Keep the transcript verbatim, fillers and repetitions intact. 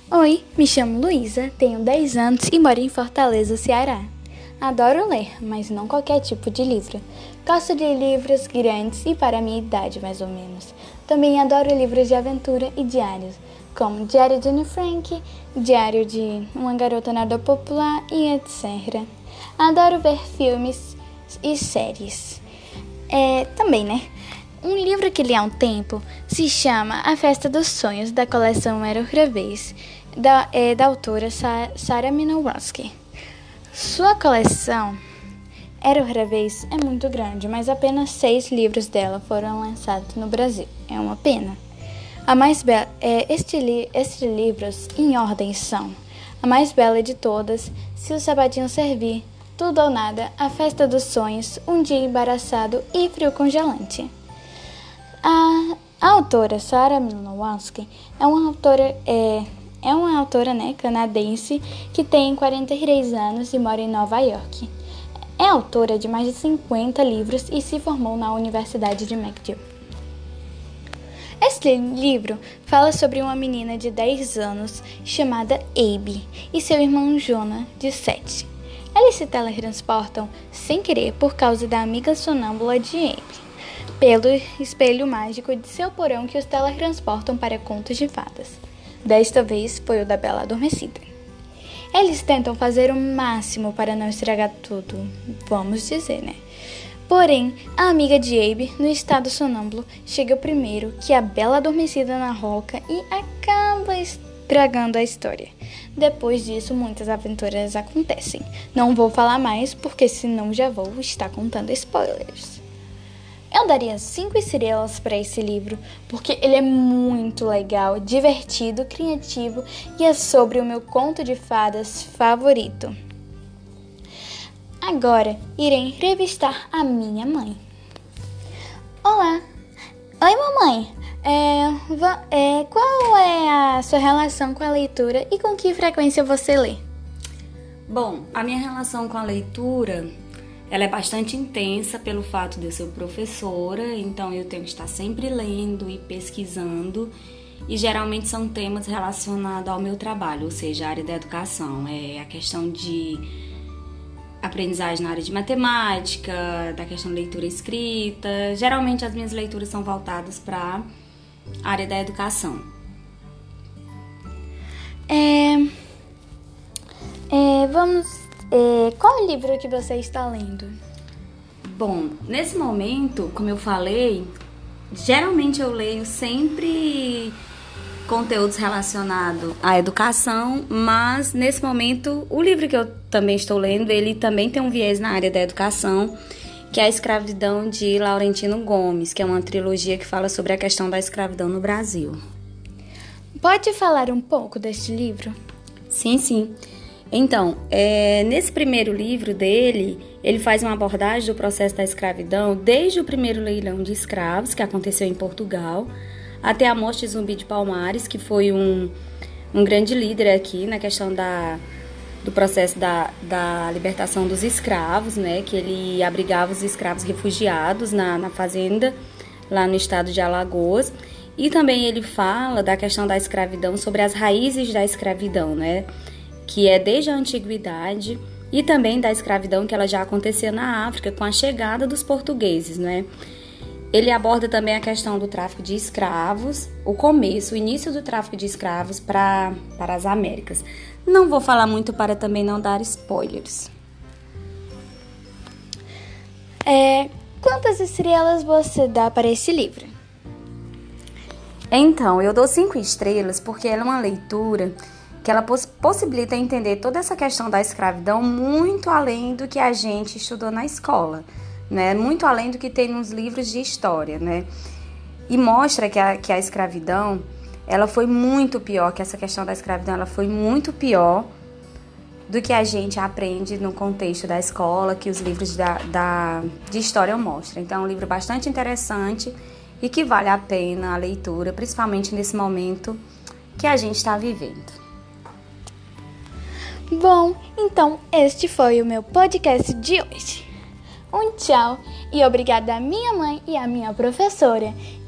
Oi, me chamo Luísa, tenho dez anos e moro em Fortaleza, Ceará. Adoro ler, mas não qualquer tipo de livro. Gosto de livros grandes e para a minha idade, mais ou menos. Também adoro livros de aventura e diários, como Diário de Anne Frank, Diário de uma Garota Nada Popular e etcétera. Adoro ver filmes e séries. É, também, né? Um livro que li há um tempo se chama A Festa dos Sonhos, da coleção Era Outra Vez, da, é, da autora Sa- Sarah Mianowski. Sua coleção Era Outra Vez é muito grande, mas apenas seis livros dela foram lançados no Brasil. É uma pena. A mais be- é, este li- estes livros, em ordem, são A Mais Bela de Todas, Se o Sapatinho Servir, Tudo ou Nada, A Festa dos Sonhos, Um Dia Embaraçado e Frio Congelante. A, a autora Sarah Mianowski é uma autora, é, é uma autora né, canadense que tem quarenta e três anos e mora em Nova York. É autora de mais de cinquenta livros e se formou na Universidade de McGill. Este livro fala sobre uma menina de dez anos chamada Abby e seu irmão Jonah, de sete. Eles se teletransportam sem querer por causa da amiga sonâmbula de Abby, pelo espelho mágico de seu porão que os teletransportam para contos de fadas. Desta vez foi o da Bela Adormecida. Eles tentam fazer o máximo para não estragar tudo, vamos dizer, né? Porém, a amiga de Abby, no estado sonâmbulo, chega primeiro que a Bela Adormecida na roca e acaba estragando a história. Depois disso, muitas aventuras acontecem. Não vou falar mais, porque senão já vou estar contando spoilers. Eu daria cinco estrelas para esse livro, porque ele é muito legal, divertido, criativo e é sobre o meu conto de fadas favorito. Agora, irei entrevistar a minha mãe. Olá! Oi, mamãe! É, va- é, qual é a sua relação com a leitura e com que frequência você lê? Bom, a minha relação com a leitura, ela é bastante intensa pelo fato de eu ser professora, então eu tenho que estar sempre lendo e pesquisando, e geralmente são temas relacionados ao meu trabalho, ou seja, a área da educação, é a questão de aprendizagem na área de matemática, da questão de leitura e escrita. Geralmente as minhas leituras são voltadas para a área da educação. É, é, vamos... É, qual livro que você está lendo? Bom, nesse momento, como eu falei, geralmente eu leio sempre conteúdos relacionados à educação, mas nesse momento o livro que eu também estou lendo, ele também tem um viés na área da educação, que é A Escravidão de Laurentino Gomes, que é uma trilogia que fala sobre a questão da escravidão no Brasil. Pode falar um pouco deste livro? Sim, sim. Então, é, nesse primeiro livro dele, ele faz uma abordagem do processo da escravidão desde o primeiro leilão de escravos, que aconteceu em Portugal, até a morte de Zumbi de Palmares, que foi um, um grande líder aqui na questão da, do processo da, da libertação dos escravos, né, que ele abrigava os escravos refugiados na, na fazenda, lá no estado de Alagoas. E também ele fala da questão da escravidão, sobre as raízes da escravidão, né, que é desde a antiguidade, e também da escravidão que ela já acontecia na África com a chegada dos portugueses, né? Ele aborda também a questão do tráfico de escravos, o começo, o início do tráfico de escravos para para as Américas. Não vou falar muito para também não dar spoilers. É, quantas estrelas você dá para esse livro? Então, eu dou cinco estrelas porque ela é uma leitura que ela poss- possibilita entender toda essa questão da escravidão muito além do que a gente estudou na escola, né? Muito além do que tem nos livros de história, né? E mostra que a, que a escravidão, ela foi muito pior, que essa questão da escravidão, ela foi muito pior do que a gente aprende no contexto da escola, que os livros da, da, de história mostram. Então, é um livro bastante interessante e que vale a pena a leitura, principalmente nesse momento que a gente está vivendo. Bom, então este foi o meu podcast de hoje. Um tchau e obrigada à minha mãe e à minha professora